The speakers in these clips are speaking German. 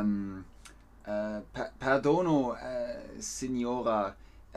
Perdono, Signora,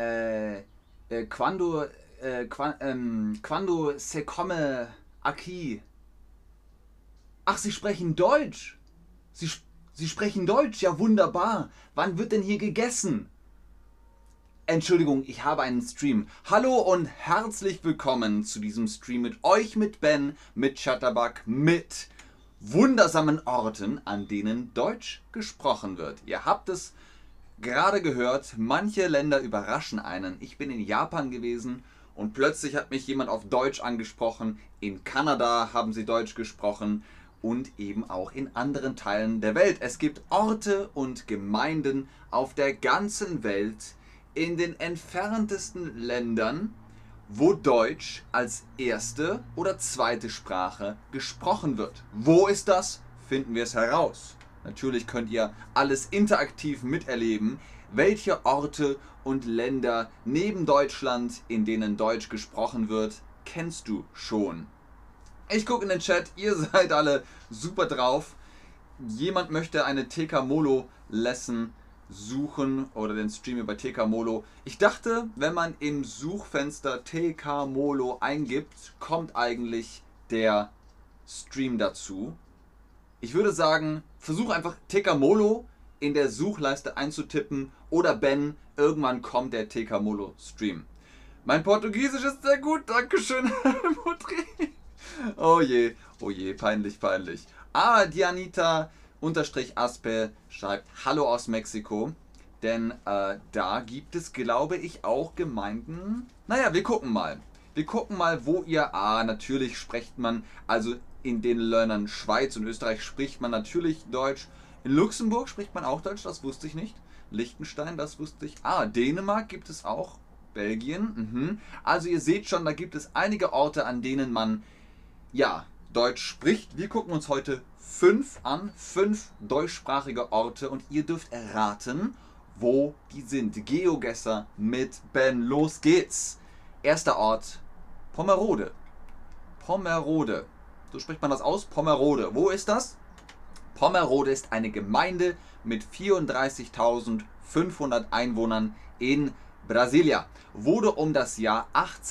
quando se come aquí. Ach, Sie sprechen Deutsch. Sie sprechen Deutsch, ja wunderbar. Wann wird denn hier gegessen? Entschuldigung, ich habe einen Stream. Hallo und herzlich willkommen zu diesem Stream mit euch, mit Ben, mit Chatterbug, mit wundersamen Orten, an denen Deutsch gesprochen wird. Ihr habt es gerade gehört, manche Länder überraschen einen. Ich bin in Japan gewesen und plötzlich hat mich jemand auf Deutsch angesprochen. In Kanada haben sie Deutsch gesprochen und eben auch in anderen Teilen der Welt. Es gibt Orte und Gemeinden auf der ganzen Welt, in den entferntesten Ländern, wo Deutsch als erste oder zweite Sprache gesprochen wird. Wo ist das? Finden wir es heraus. Natürlich könnt ihr alles interaktiv miterleben, welche Orte und Länder neben Deutschland, in denen Deutsch gesprochen wird, kennst du schon. Ich gucke in den Chat, ihr seid alle super drauf. Jemand möchte eine TK Molo Lesson suchen oder den Stream über TK Molo. Ich dachte, wenn man im Suchfenster TK Molo eingibt, kommt eigentlich der Stream dazu. Ich würde sagen, versuche einfach TK Molo in der Suchleiste einzutippen oder Ben, irgendwann kommt der TK Molo Stream. Mein Portugiesisch ist sehr gut, dankeschön. Oh je, peinlich, peinlich. Ah, Dianita _Aspe schreibt Hallo aus Mexiko, denn da gibt es, glaube ich, auch Gemeinden. Naja, wir gucken mal. Wir gucken mal, wo ihr, natürlich spricht man, also in den Ländern Schweiz und Österreich spricht man natürlich Deutsch. In Luxemburg spricht man auch Deutsch, das wusste ich nicht. Liechtenstein, das wusste ich. Dänemark gibt es auch. Belgien, Also ihr seht schon, da gibt es einige Orte, an denen man, ja, Deutsch spricht. Wir gucken uns heute 5 an, 5 deutschsprachige Orte und ihr dürft erraten, wo die sind. GeoGuessr mit Ben, los geht's. Erster Ort, Pommerode. Pommerode. So spricht man das aus, Pommerode. Wo ist das? Pommerode ist eine Gemeinde mit 34.500 Einwohnern in Brasilia. Wurde um das Jahr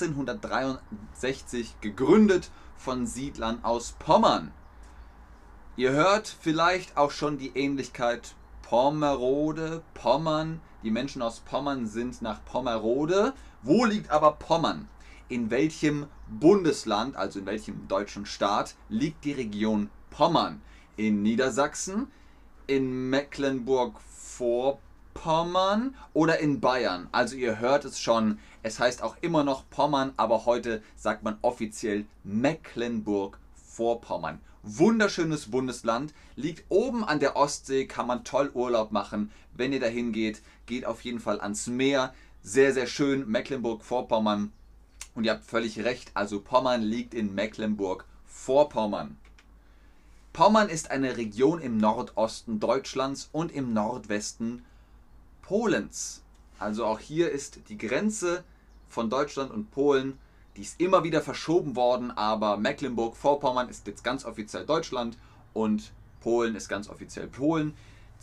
1863 gegründet von Siedlern aus Pommern. Ihr hört vielleicht auch schon die Ähnlichkeit Pommerode, Pommern. Die Menschen aus Pommern sind nach Pommerode. Wo liegt aber Pommern? In welchem Bundesland, also in welchem deutschen Staat, liegt die Region Pommern? In Niedersachsen, in Mecklenburg-Vorpommern oder in Bayern? Also ihr hört es schon, es heißt auch immer noch Pommern, aber heute sagt man offiziell Mecklenburg-Vorpommern. Wunderschönes Bundesland, liegt oben an der Ostsee, kann man toll Urlaub machen. Wenn ihr dahin geht, geht auf jeden Fall ans Meer. Sehr, sehr schön, Mecklenburg-Vorpommern. Und ihr habt völlig recht, also Pommern liegt in Mecklenburg-Vorpommern. Pommern ist eine Region im Nordosten Deutschlands und im Nordwesten Polens. Also auch hier ist die Grenze von Deutschland und Polen, die ist immer wieder verschoben worden, aber Mecklenburg-Vorpommern ist jetzt ganz offiziell Deutschland und Polen ist ganz offiziell Polen.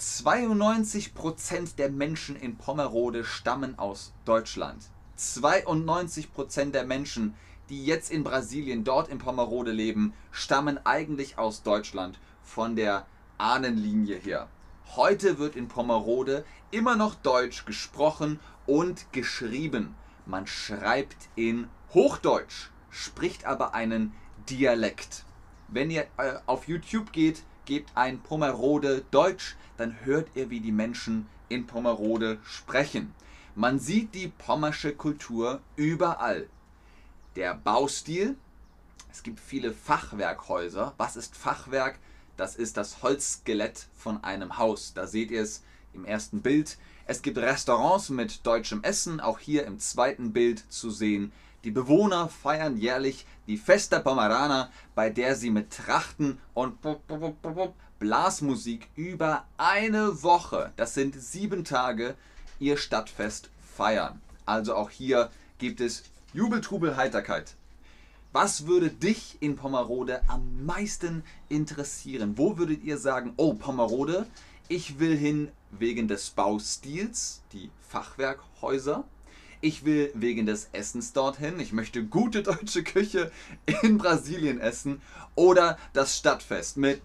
92% der Menschen in Pommerode stammen aus Deutschland. 92% der Menschen, die jetzt in Brasilien, dort in Pommerode leben, stammen eigentlich aus Deutschland von der Ahnenlinie her. Heute wird in Pommerode immer noch Deutsch gesprochen und geschrieben. Man schreibt in Hochdeutsch, spricht aber einen Dialekt. Wenn ihr auf YouTube geht, gebt ein Pommerode Deutsch, dann hört ihr, wie die Menschen in Pommerode sprechen. Man sieht die pommersche Kultur überall. Der Baustil, es gibt viele Fachwerkhäuser. Was ist Fachwerk? Das ist das Holzskelett von einem Haus. Da seht ihr es im ersten Bild. Es gibt Restaurants mit deutschem Essen, auch hier im zweiten Bild zu sehen. Die Bewohner feiern jährlich die Festa Pomerana, bei der sie mit Trachten und Blasmusik über eine Woche, das sind 7 Tage, ihr Stadtfest feiern. Also auch hier gibt es Jubel, Trubel, Heiterkeit. Was würde dich in Pommerode am meisten interessieren? Wo würdet ihr sagen, oh Pommerode, Ich will hin wegen des Baustils, die Fachwerkhäuser. Ich will wegen des Essens dorthin. Ich möchte gute deutsche Küche in Brasilien essen. Oder das Stadtfest mit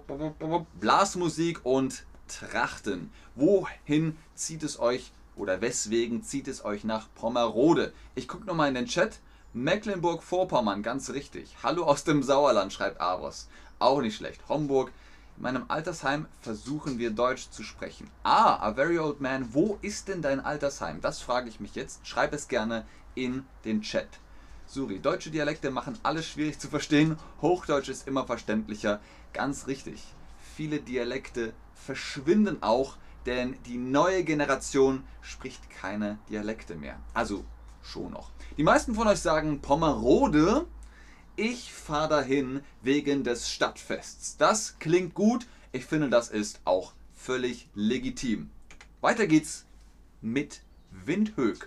Blasmusik und Trachten. Wohin zieht es euch oder weswegen zieht es euch nach Pommerode? Ich gucke nochmal in den Chat. Mecklenburg-Vorpommern, ganz richtig. Hallo aus dem Sauerland, schreibt Avos. Auch nicht schlecht. Homburg. In meinem Altersheim versuchen wir Deutsch zu sprechen. Ah, a very old man. Wo ist denn dein Altersheim? Das frage ich mich jetzt. Schreib es gerne in den Chat. Suri, deutsche Dialekte machen alles schwierig zu verstehen. Hochdeutsch ist immer verständlicher. Ganz richtig. Viele Dialekte verschwinden auch, denn die neue Generation spricht keine Dialekte mehr. Also schon noch. Die meisten von euch sagen Pommerode. Ich fahre dahin wegen des Stadtfests. Das klingt gut. Ich finde, das ist auch völlig legitim. Weiter geht's mit Windhoek.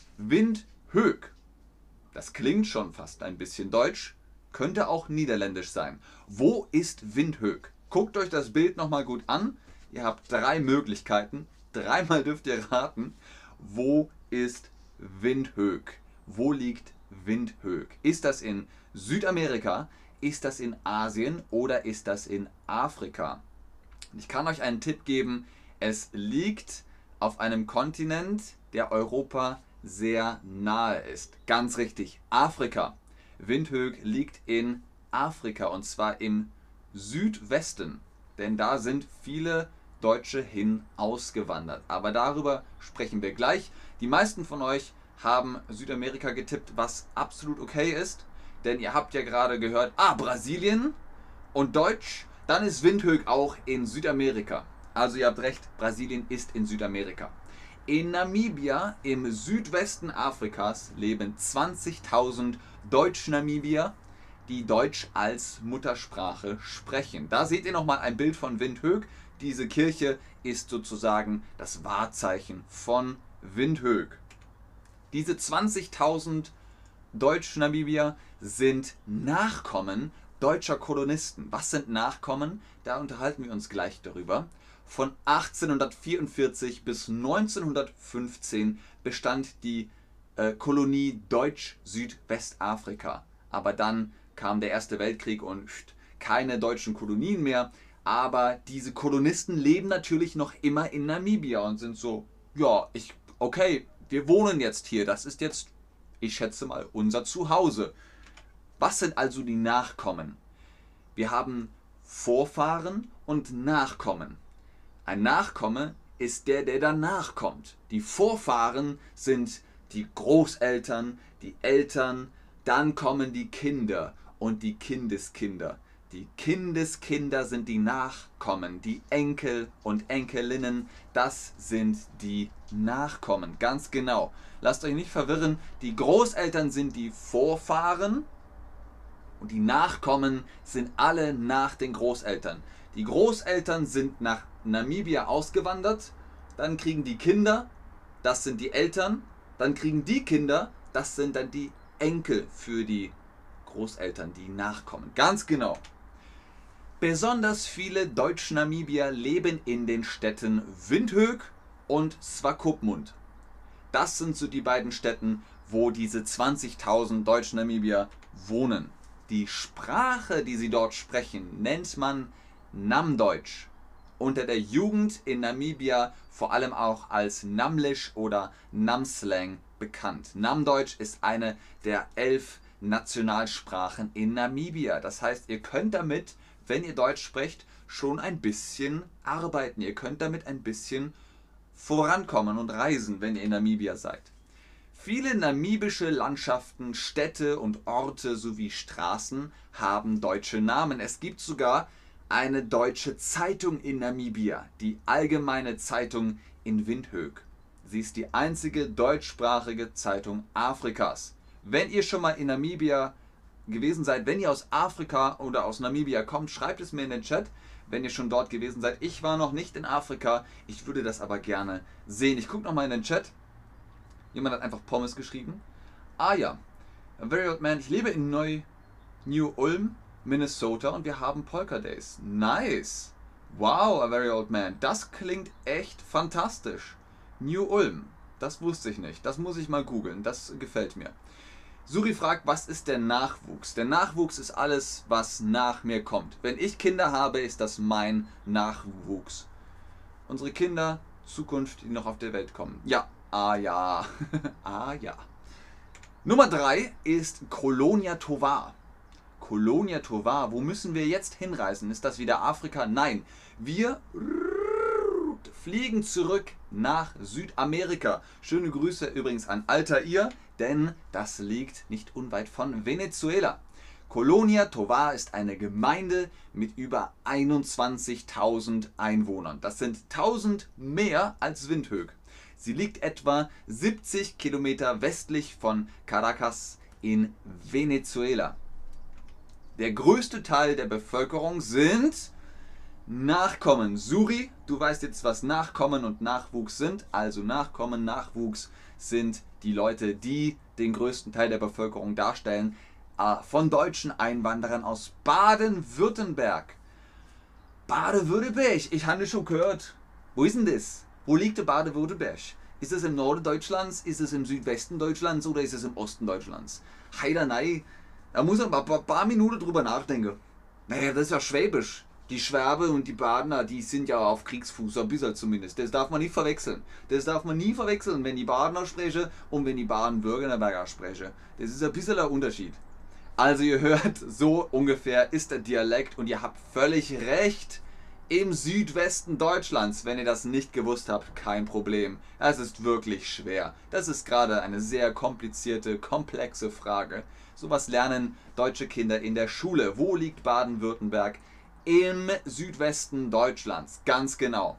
Windhoek. Das klingt schon fast ein bisschen deutsch. Könnte auch niederländisch sein. Wo ist Windhoek? Guckt euch das Bild nochmal gut an. Ihr habt 3 Möglichkeiten. 3-mal dürft ihr raten. Wo ist Windhoek? Wo liegt Windhoek? Ist das in Südamerika? Ist das in Asien oder ist das in Afrika? Ich kann euch einen Tipp geben. Es liegt auf einem Kontinent, der Europa sehr nahe ist. Ganz richtig, Afrika. Windhoek liegt in Afrika und zwar im Südwesten. Denn da sind viele Deutsche hin ausgewandert. Aber darüber sprechen wir gleich. Die meisten von euch haben Südamerika getippt, was absolut okay ist. Denn ihr habt ja gerade gehört, Brasilien und Deutsch, dann ist Windhoek auch in Südamerika. Also ihr habt recht, Brasilien ist in Südamerika. In Namibia, im Südwesten Afrikas, leben 20.000 Deutsch-Namibier, die Deutsch als Muttersprache sprechen. Da seht ihr nochmal ein Bild von Windhoek. Diese Kirche ist sozusagen das Wahrzeichen von Windhoek. Diese 20.000 Deutsch-Namibier sind Nachkommen deutscher Kolonisten. Was sind Nachkommen? Da unterhalten wir uns gleich darüber. Von 1844 bis 1915 bestand die Kolonie Deutsch-Südwestafrika. Aber dann kam der Erste Weltkrieg und keine deutschen Kolonien mehr. Aber diese Kolonisten leben natürlich noch immer in Namibia und sind so, ja, okay, wir wohnen jetzt hier. Das ist jetzt, ich schätze mal, unser Zuhause. Was sind also die Nachkommen? Wir haben Vorfahren und Nachkommen. Ein Nachkomme ist der danach kommt. Die Vorfahren sind die Großeltern, die Eltern, dann kommen die Kinder und die Kindeskinder. Die Kindeskinder sind die Nachkommen, die Enkel und Enkelinnen, das sind die Nachkommen, ganz genau. Lasst euch nicht verwirren, die Großeltern sind die Vorfahren und die Nachkommen sind alle nach den Großeltern. Die Großeltern sind nach Namibia ausgewandert, dann kriegen die Kinder, das sind die Eltern, dann kriegen die Kinder, das sind dann die Enkel für die Großeltern, die Nachkommen, ganz genau. Besonders viele Deutsch-Namibier leben in den Städten Windhoek und Swakopmund. Das sind so die beiden Städten, wo diese 20.000 Deutsch-Namibier wohnen. Die Sprache, die sie dort sprechen, nennt man Namdeutsch. Unter der Jugend in Namibia vor allem auch als Namlish oder Namslang bekannt. Namdeutsch ist eine der 11 Nationalsprachen in Namibia. Das heißt, ihr könnt damit, wenn ihr Deutsch sprecht, schon ein bisschen arbeiten. Ihr könnt damit ein bisschen vorankommen und reisen, wenn ihr in Namibia seid. Viele namibische Landschaften, Städte und Orte sowie Straßen haben deutsche Namen. Es gibt sogar eine deutsche Zeitung in Namibia, die Allgemeine Zeitung in Windhoek. Sie ist die einzige deutschsprachige Zeitung Afrikas. Wenn ihr schon mal in Namibia gewesen seid, wenn ihr aus Afrika oder aus Namibia kommt, schreibt es mir in den Chat, wenn ihr schon dort gewesen seid. Ich war noch nicht in Afrika, ich würde das aber gerne sehen. Ich gucke nochmal in den Chat. Jemand hat einfach Pommes geschrieben. Ah ja, a very old man, ich lebe in New Ulm, Minnesota und wir haben Polka Days. Nice! Wow, a very old man. Das klingt echt fantastisch. New Ulm. Das wusste ich nicht. Das muss ich mal googeln. Das gefällt mir. Suri fragt, was ist der Nachwuchs? Der Nachwuchs ist alles, was nach mir kommt. Wenn ich Kinder habe, ist das mein Nachwuchs. Unsere Kinder, Zukunft, die noch auf der Welt kommen. Ja, ah ja, ah ja. Nummer 3 ist Kolonia Tovar. Kolonia Tovar, wo müssen wir jetzt hinreisen? Ist das wieder Afrika? Nein, wir fliegen zurück nach Südamerika. Schöne Grüße übrigens an Altair, denn das liegt nicht unweit von Venezuela. Kolonia Tovar ist eine Gemeinde mit über 21.000 Einwohnern. Das sind 1000 mehr als Windhoek. Sie liegt etwa 70 Kilometer westlich von Caracas in Venezuela. Der größte Teil der Bevölkerung sind Nachkommen. Suri, du weißt jetzt, was Nachkommen und Nachwuchs sind. Also Nachkommen, Nachwuchs sind die Leute, die den größten Teil der Bevölkerung darstellen, von deutschen Einwanderern aus Baden-Württemberg. Baden-Württemberg, ich habe schon gehört. Wo ist denn das? Wo liegt Baden-Württemberg? Ist es im Norden Deutschlands, ist es im Südwesten Deutschlands oder ist es im Osten Deutschlands? Heider nein, da muss man ein paar Minuten drüber nachdenken. Naja, das ist ja Schwäbisch. Die Schwabe und die Badener, die sind ja auf Kriegsfuß, ein bisschen zumindest. Das darf man nicht verwechseln. Das darf man nie verwechseln, wenn die Badener sprechen und wenn die Baden-Württemberger sprechen. Das ist ein bisschen ein Unterschied. Also ihr hört, so ungefähr ist der Dialekt und ihr habt völlig recht. Im Südwesten Deutschlands, wenn ihr das nicht gewusst habt, kein Problem. Es ist wirklich schwer. Das ist gerade eine sehr komplizierte, komplexe Frage. Sowas lernen deutsche Kinder in der Schule. Wo liegt Baden-Württemberg? Im Südwesten Deutschlands, ganz genau.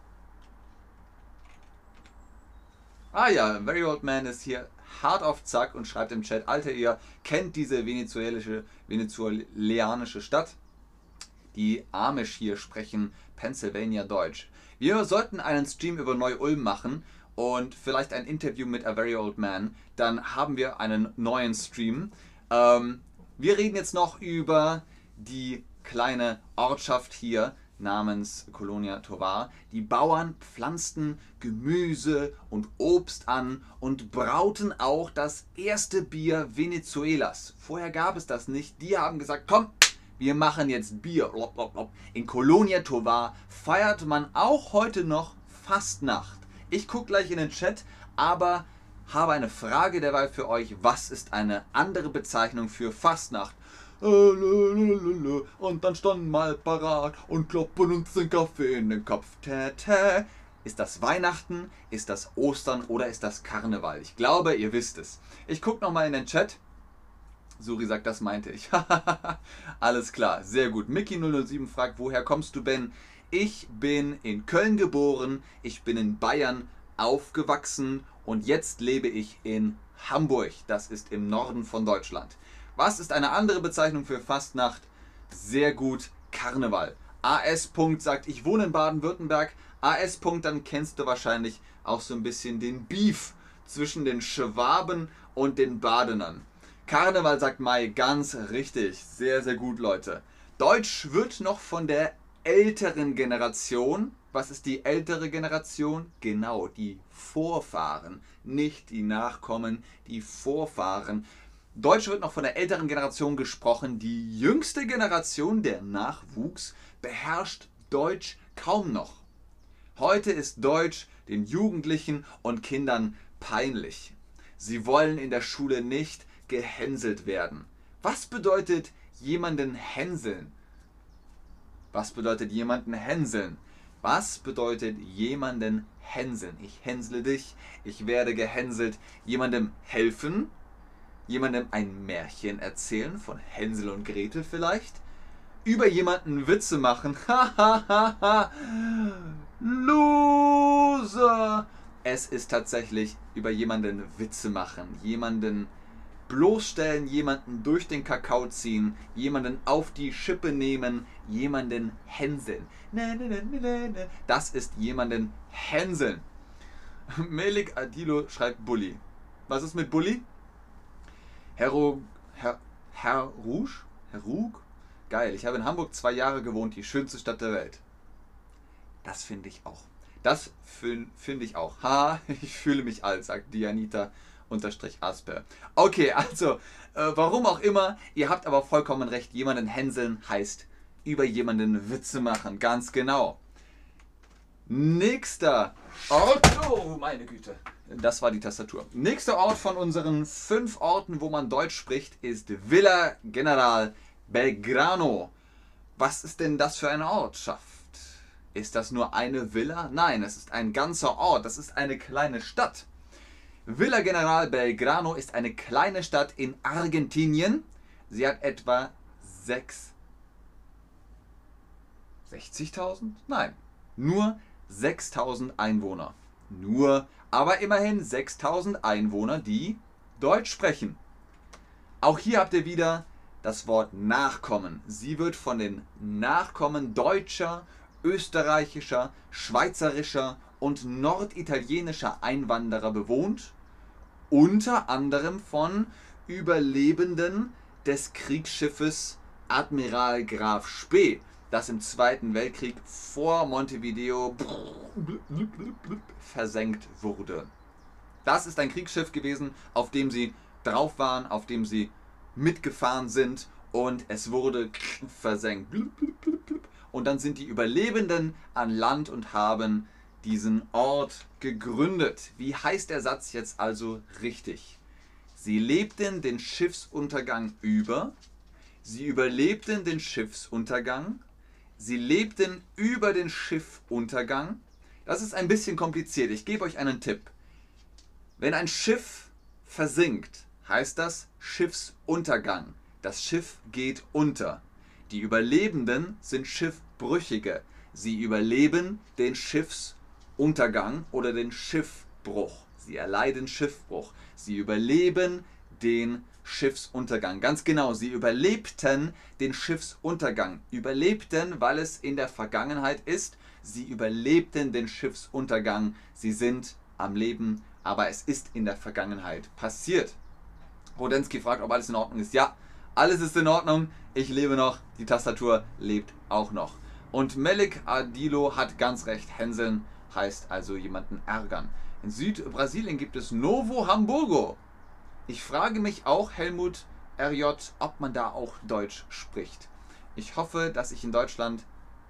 Ah ja, Very Old Man ist hier hart auf Zack und schreibt im Chat, Alter, ihr kennt diese venezuelanische Stadt? Die Amish hier sprechen Pennsylvania Deutsch. Wir sollten einen Stream über Neu-Ulm machen und vielleicht ein Interview mit A Very Old Man. Dann haben wir einen neuen Stream. Wir reden jetzt noch über die kleine Ortschaft hier namens Kolonia Tovar. Die Bauern pflanzten Gemüse und Obst an und brauten auch das erste Bier Venezuelas. Vorher gab es das nicht. Die haben gesagt, komm, wir machen jetzt Bier. In Kolonia Tovar feiert man auch heute noch Fastnacht. Ich gucke gleich in den Chat, aber habe eine Frage derweil für euch. Was ist eine andere Bezeichnung für Fastnacht? Und dann standen mal parat und kloppen uns den Kaffee in den Kopf. Ist das Weihnachten? Ist das Ostern oder ist das Karneval? Ich glaube, ihr wisst es. Ich gucke nochmal in den Chat. Suri sagt, das meinte ich. Alles klar, sehr gut. Mickey007 fragt, woher kommst du, Ben? Ich bin in Köln geboren, ich bin in Bayern aufgewachsen und jetzt lebe ich in Hamburg. Das ist im Norden von Deutschland. Was ist eine andere Bezeichnung für Fastnacht? Sehr gut, Karneval. AS. sagt, ich wohne in Baden-Württemberg. AS. Dann kennst du wahrscheinlich auch so ein bisschen den Beef zwischen den Schwaben und den Badenern. Karneval, sagt Mai, ganz richtig. Sehr, sehr gut, Leute. Deutsch wird noch von der älteren Generation. Was ist die ältere Generation? Genau, die Vorfahren. Nicht die Nachkommen, die Vorfahren. Deutsch wird noch von der älteren Generation gesprochen. Die jüngste Generation, der Nachwuchs, beherrscht Deutsch kaum noch. Heute ist Deutsch den Jugendlichen und Kindern peinlich. Sie wollen in der Schule nicht gehänselt werden. Was bedeutet jemanden hänseln? Was bedeutet jemanden hänseln? Was bedeutet jemanden hänseln? Ich hänsle dich, ich werde gehänselt. Jemandem helfen? Jemandem ein Märchen erzählen von Hänsel und Gretel vielleicht? Über jemanden Witze machen? Hahaha! Loser! Es ist tatsächlich über jemanden Witze machen, jemanden bloßstellen, jemanden durch den Kakao ziehen, jemanden auf die Schippe nehmen, jemanden hänseln. Das ist jemanden hänseln. Melik Adilo schreibt Bulli. Was ist mit Bulli? Herr Rouge? Geil, ich habe in Hamburg 2 Jahre gewohnt, die schönste Stadt der Welt. Das finde ich auch. Das finde ich auch. Ha, ich fühle mich alt, sagt Dianita_Asper. Okay, also, warum auch immer, ihr habt aber vollkommen recht, jemanden hänseln heißt über jemanden Witze machen. Ganz genau. Nächster Ort. Oh, meine Güte. Das war die Tastatur. Nächster Ort von unseren 5 Orten, wo man Deutsch spricht, ist Villa General Belgrano. Was ist denn das für eine Ortschaft? Ist das nur eine Villa? Nein, es ist ein ganzer Ort. Das ist eine kleine Stadt. Villa General Belgrano ist eine kleine Stadt in Argentinien. Sie hat etwa 60.000? Nein, nur 6.000 Einwohner. Nur, aber immerhin 6.000 Einwohner, die Deutsch sprechen. Auch hier habt ihr wieder das Wort Nachkommen. Sie wird von den Nachkommen deutscher, österreichischer, schweizerischer und norditalienischer Einwanderer bewohnt, unter anderem von Überlebenden des Kriegsschiffes Admiral Graf Spee, das im Zweiten Weltkrieg vor Montevideo versenkt wurde. Das ist ein Kriegsschiff gewesen, auf dem sie drauf waren, auf dem sie mitgefahren sind und es wurde versenkt. Und dann sind die Überlebenden an Land und haben diesen Ort gegründet. Wie heißt der Satz jetzt also richtig? Sie lebten den Schiffsuntergang über. Sie überlebten den Schiffsuntergang. Sie lebten über den Schiffuntergang. Das ist ein bisschen kompliziert. Ich gebe euch einen Tipp. Wenn ein Schiff versinkt, heißt das Schiffsuntergang. Das Schiff geht unter. Die Überlebenden sind Schiffbrüchige. Sie überleben den Schiffsuntergang oder den Schiffbruch. Sie erleiden Schiffbruch. Sie überleben den Schiffsuntergang. Ganz genau, sie überlebten den Schiffsuntergang. Überlebten, weil es in der Vergangenheit ist. Sie überlebten den Schiffsuntergang. Sie sind am Leben, aber es ist in der Vergangenheit passiert. Rodensky fragt, ob alles in Ordnung ist. Ja, alles ist in Ordnung. Ich lebe noch. Die Tastatur lebt auch noch. Und Melik Adilo hat ganz recht. Hänseln heißt also jemanden ärgern. In Südbrasilien gibt es Novo Hamburgo. Ich frage mich auch, Helmut RJ, ob man da auch Deutsch spricht. Ich hoffe, dass ich in Deutschland,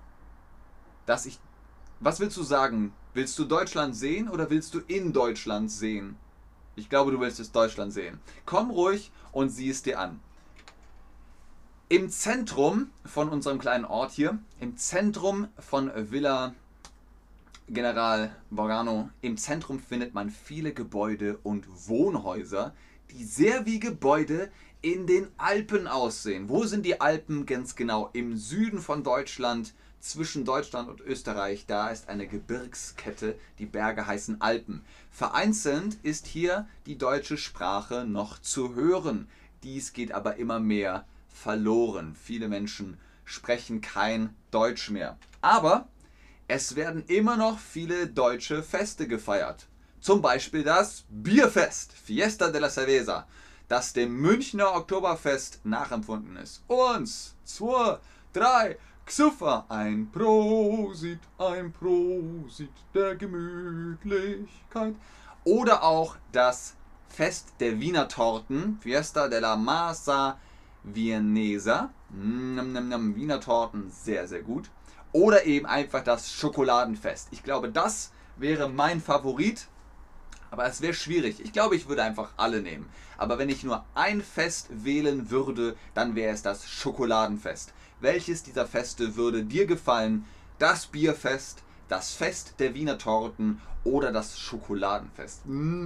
was willst du sagen? Willst du Deutschland sehen oder willst du in Deutschland sehen? Ich glaube, du willst es Deutschland sehen. Komm ruhig und sieh es dir an. Im Zentrum von unserem kleinen Ort hier, im Zentrum von Villa General Belgrano, im Zentrum findet man viele Gebäude und Wohnhäuser, die sehr wie Gebäude in den Alpen aussehen. Wo sind die Alpen ganz genau? Im Süden von Deutschland, zwischen Deutschland und Österreich. Da ist eine Gebirgskette, die Berge heißen Alpen. Vereinzelt ist hier die deutsche Sprache noch zu hören. Dies geht aber immer mehr verloren. Viele Menschen sprechen kein Deutsch mehr. Aber es werden immer noch viele deutsche Feste gefeiert. Zum Beispiel das Bierfest, Fiesta de la Cerveza, das dem Münchner Oktoberfest nachempfunden ist. 1, 2, 3, Xuffer, ein Prosit der Gemütlichkeit. Oder auch das Fest der Wiener Torten, Fiesta de la Masa Viennesa. Wiener Torten, sehr, sehr gut. Oder eben einfach das Schokoladenfest. Ich glaube, das wäre mein Favorit. Aber es wäre schwierig. Ich glaube, ich würde einfach alle nehmen. Aber wenn ich nur ein Fest wählen würde, dann wäre es das Schokoladenfest. Welches dieser Feste würde dir gefallen? Das Bierfest, das Fest der Wiener Torten oder das Schokoladenfest?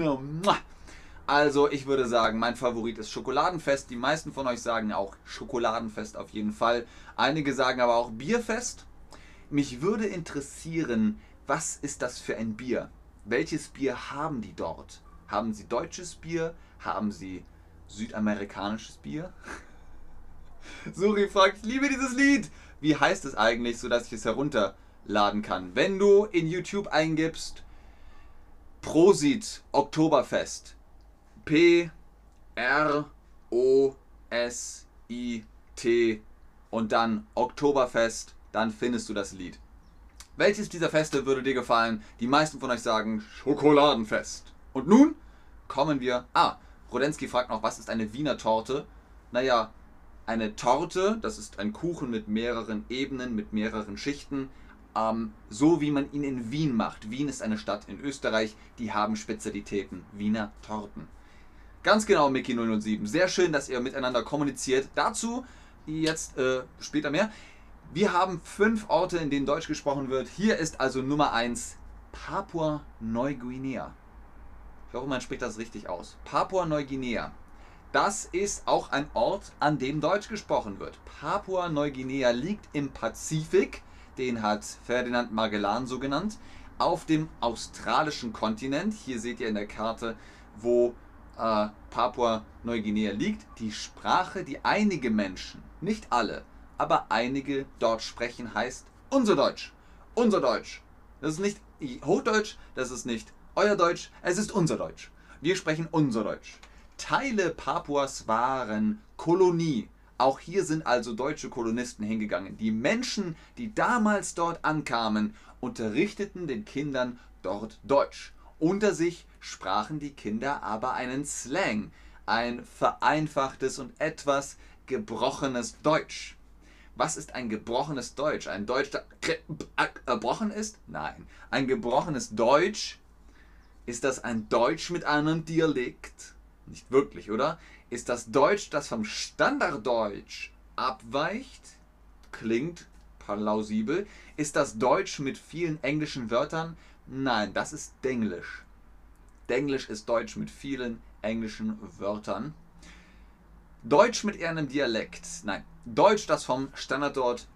Also ich würde sagen, mein Favorit ist Schokoladenfest. Die meisten von euch sagen auch Schokoladenfest auf jeden Fall. Einige sagen aber auch Bierfest. Mich würde interessieren, was ist das für ein Bier? Welches Bier haben die dort? Haben sie deutsches Bier? Haben sie südamerikanisches Bier? Suri fragt, ich liebe dieses Lied. Wie heißt es eigentlich, sodass ich es herunterladen kann? Wenn du in YouTube eingibst Prosit Oktoberfest, P-R-O-S-I-T und dann Oktoberfest, dann findest du das Lied. Welches dieser Feste würde dir gefallen? Die meisten von euch sagen Schokoladenfest. Und nun kommen wir... Rodensky fragt noch, was ist eine Wiener Torte? Naja, eine Torte, das ist ein Kuchen mit mehreren Ebenen, mit mehreren Schichten. So wie man ihn in Wien macht. Wien ist eine Stadt in Österreich, die haben Spezialitäten. Wiener Torten. Ganz genau, Mickey007. Sehr schön, dass ihr miteinander kommuniziert. Dazu jetzt später mehr. Wir haben 5 Orte, in denen Deutsch gesprochen wird. Hier ist also Nummer 1 Papua-Neuguinea. Ich hoffe, man spricht das richtig aus. Papua-Neuguinea. Das ist auch ein Ort, an dem Deutsch gesprochen wird. Papua-Neuguinea liegt im Pazifik. Den hat Ferdinand Magellan so genannt. Auf dem australischen Kontinent. Hier seht ihr in der Karte, wo Papua-Neuguinea liegt. Die Sprache, die einige Menschen, nicht alle, aber einige dort sprechen, heißt unser Deutsch. Unser Deutsch. Das ist nicht Hochdeutsch, das ist nicht euer Deutsch, es ist unser Deutsch. Wir sprechen unser Deutsch. Teile Papuas waren Kolonie. Auch hier sind also deutsche Kolonisten hingegangen. Die Menschen, die damals dort ankamen, unterrichteten den Kindern dort Deutsch. Unter sich sprachen die Kinder aber einen Slang, ein vereinfachtes und etwas gebrochenes Deutsch. Was ist ein gebrochenes Deutsch? Ein Deutsch, das gebrochen ist? Nein. Ein gebrochenes Deutsch, ist das ein Deutsch mit einem Dialekt? Nicht wirklich, oder? Ist das Deutsch, das vom Standarddeutsch abweicht? Klingt plausibel. Ist das Deutsch mit vielen englischen Wörtern? Nein, das ist Denglisch. Denglisch ist Deutsch mit vielen englischen Wörtern. Deutsch mit eher einem Dialekt. Nein, Deutsch, das vom Standarddeutsch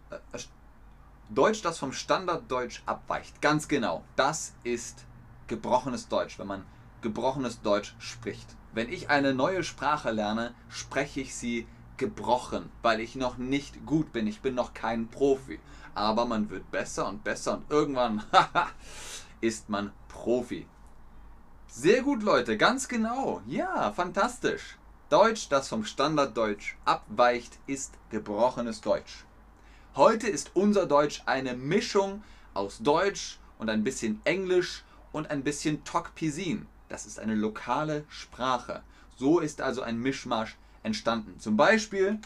abweicht. Ganz genau. Das ist gebrochenes Deutsch, wenn man gebrochenes Deutsch spricht. Wenn ich eine neue Sprache lerne, spreche ich sie gebrochen, weil ich noch nicht gut bin. Ich bin noch kein Profi. Aber man wird besser und besser und irgendwann ist man Profi. Sehr gut, Leute, ganz genau. Ja, fantastisch. Deutsch, das vom Standarddeutsch abweicht, ist gebrochenes Deutsch. Heute ist unser Deutsch eine Mischung aus Deutsch und ein bisschen Englisch und ein bisschen Tok Pisin. Das ist eine lokale Sprache. So ist also ein Mischmasch entstanden. Zum Beispiel,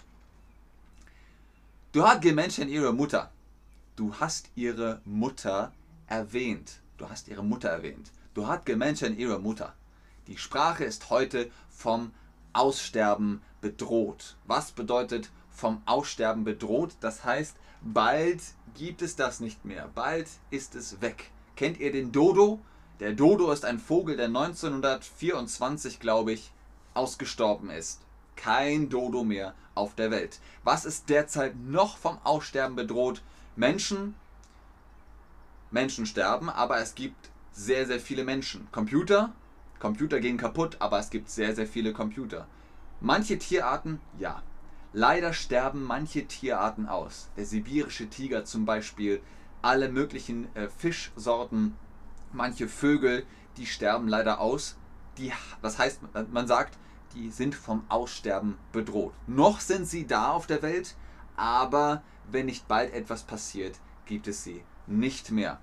du hast gemenschen ihre Mutter. Du hast ihre Mutter erwähnt. Du hast ihre Mutter erwähnt. Du hast gemenschen ihre Mutter. Die Sprache ist heute vom Aussterben bedroht. Was bedeutet vom Aussterben bedroht? Das heißt, bald gibt es das nicht mehr. Bald ist es weg. Kennt ihr den Dodo? Der Dodo ist ein Vogel, der 1924, glaube ich, ausgestorben ist. Kein Dodo mehr auf der Welt. Was ist derzeit noch vom Aussterben bedroht? Menschen sterben, aber es gibt sehr, sehr viele Menschen. Computer gehen kaputt, aber es gibt sehr, sehr viele Computer. Manche Tierarten, ja. Leider sterben manche Tierarten aus. Der sibirische Tiger zum Beispiel, alle möglichen Fischsorten, manche Vögel, die sterben leider aus. Das heißt, man sagt, die sind vom Aussterben bedroht. Noch sind sie da auf der Welt, aber wenn nicht bald etwas passiert, gibt es sie nicht mehr.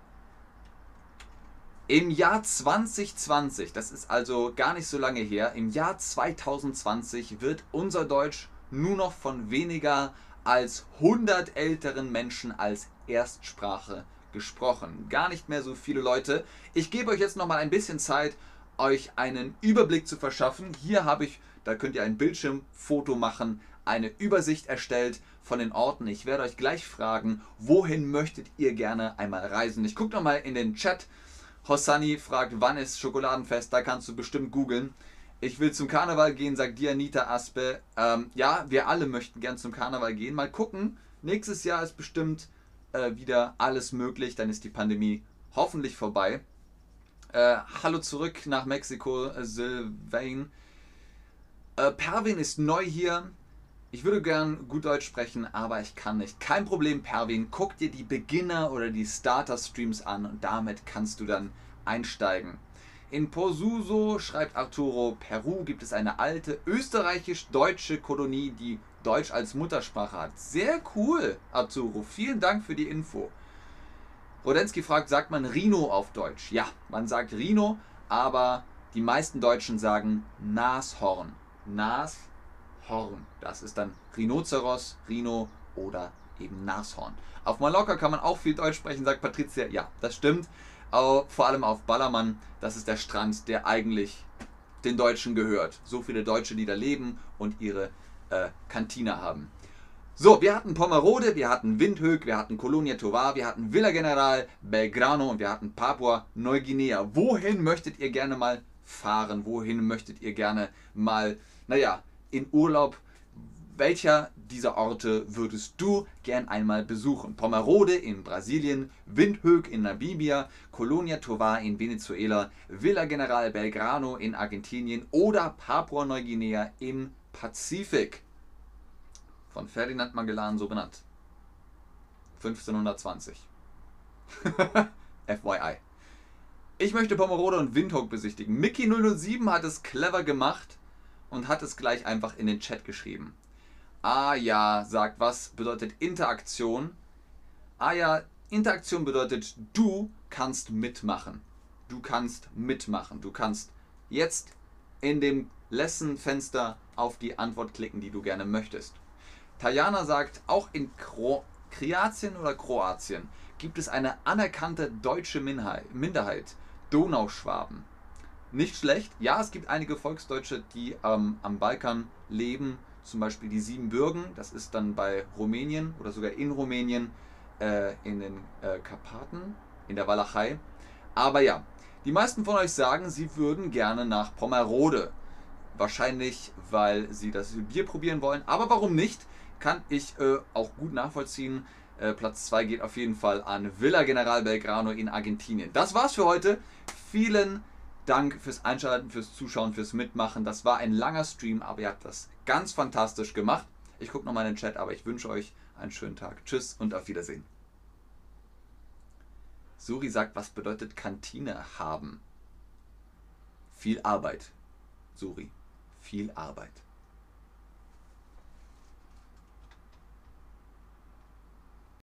Im Jahr 2020, das ist also gar nicht so lange her, im Jahr 2020 wird unser Deutsch nur noch von weniger als 100 älteren Menschen als Erstsprache gesprochen. Gar nicht mehr so viele Leute. Ich gebe euch jetzt noch mal ein bisschen Zeit, euch einen Überblick zu verschaffen. Hier habe ich, da könnt ihr ein Bildschirmfoto machen, eine Übersicht erstellt von den Orten. Ich werde euch gleich fragen, wohin möchtet ihr gerne einmal reisen? Ich gucke noch mal in den Chat. Hossani fragt, wann ist Schokoladenfest? Da kannst du bestimmt googeln. Ich will zum Karneval gehen, sagt Dianita Aspe. Ja, wir alle möchten gern zum Karneval gehen. Mal gucken. Nächstes Jahr ist bestimmt wieder alles möglich. Dann ist die Pandemie hoffentlich vorbei. Hallo zurück nach Mexiko, Sylvain. Perwin ist neu hier. Ich würde gern gut Deutsch sprechen, aber ich kann nicht. Kein Problem, Perwin. Guck dir die Beginner- oder die Starter-Streams an und damit kannst du dann einsteigen. In Posuso, schreibt Arturo, Peru gibt es eine alte österreichisch-deutsche Kolonie, die Deutsch als Muttersprache hat. Sehr cool, Arturo. Vielen Dank für die Info. Rodensky fragt, sagt man Rhino auf Deutsch? Ja, man sagt Rhino, aber die meisten Deutschen sagen Nashorn. Nashorn. Das ist dann Rhinoceros, Rhino oder eben Nashorn. Auf Mallorca kann man auch viel Deutsch sprechen, sagt Patricia. Ja, das stimmt. Aber vor allem auf Ballermann, das ist der Strand, der eigentlich den Deutschen gehört. So viele Deutsche, die da leben und ihre Kantine haben. So, wir hatten Pomerode, wir hatten Windhoek, wir hatten Colonia Tovar, wir hatten Villa General, Belgrano und wir hatten Papua Neuguinea. Wohin möchtet ihr gerne mal fahren? Wohin möchtet ihr gerne mal, naja, in Urlaub? Welcher dieser Orte würdest du gern einmal besuchen? Pomerode in Brasilien, Windhoek in Namibia, Colonia Tovar in Venezuela, Villa General Belgrano in Argentinien oder Papua Neuguinea im Pazifik? Von Ferdinand Magellan so benannt. 1520. FYI. Ich möchte Pomerode und Windhoek besichtigen. Mickey007 hat es clever gemacht und hat es gleich einfach in den Chat geschrieben. Ah ja, sagt, was bedeutet Interaktion? Ah ja, Interaktion bedeutet, du kannst mitmachen. Du kannst mitmachen. Du kannst jetzt in dem Lesson-Fenster auf die Antwort klicken, die du gerne möchtest. Tajana sagt, auch in Kroatien oder Kroatien gibt es eine anerkannte deutsche Minderheit, Donauschwaben. Nicht schlecht. Ja, es gibt einige Volksdeutsche, die am Balkan leben, zum Beispiel die Siebenbürgen, das ist dann bei Rumänien oder sogar in Rumänien, in den Karpaten, in der Walachei. Aber ja, die meisten von euch sagen, sie würden gerne nach Pomerode. Wahrscheinlich, weil sie das Bier probieren wollen. Aber warum nicht? Kann ich auch gut nachvollziehen. Platz 2 geht auf jeden Fall an Villa General Belgrano in Argentinien. Das war's für heute. Vielen Dank fürs Einschalten, fürs Zuschauen, fürs Mitmachen. Das war ein langer Stream, aber ihr habt das ganz fantastisch gemacht. Ich gucke nochmal in den Chat, aber ich wünsche euch einen schönen Tag. Tschüss und auf Wiedersehen. Suri sagt, was bedeutet Kantine haben? Viel Arbeit. Suri, viel Arbeit.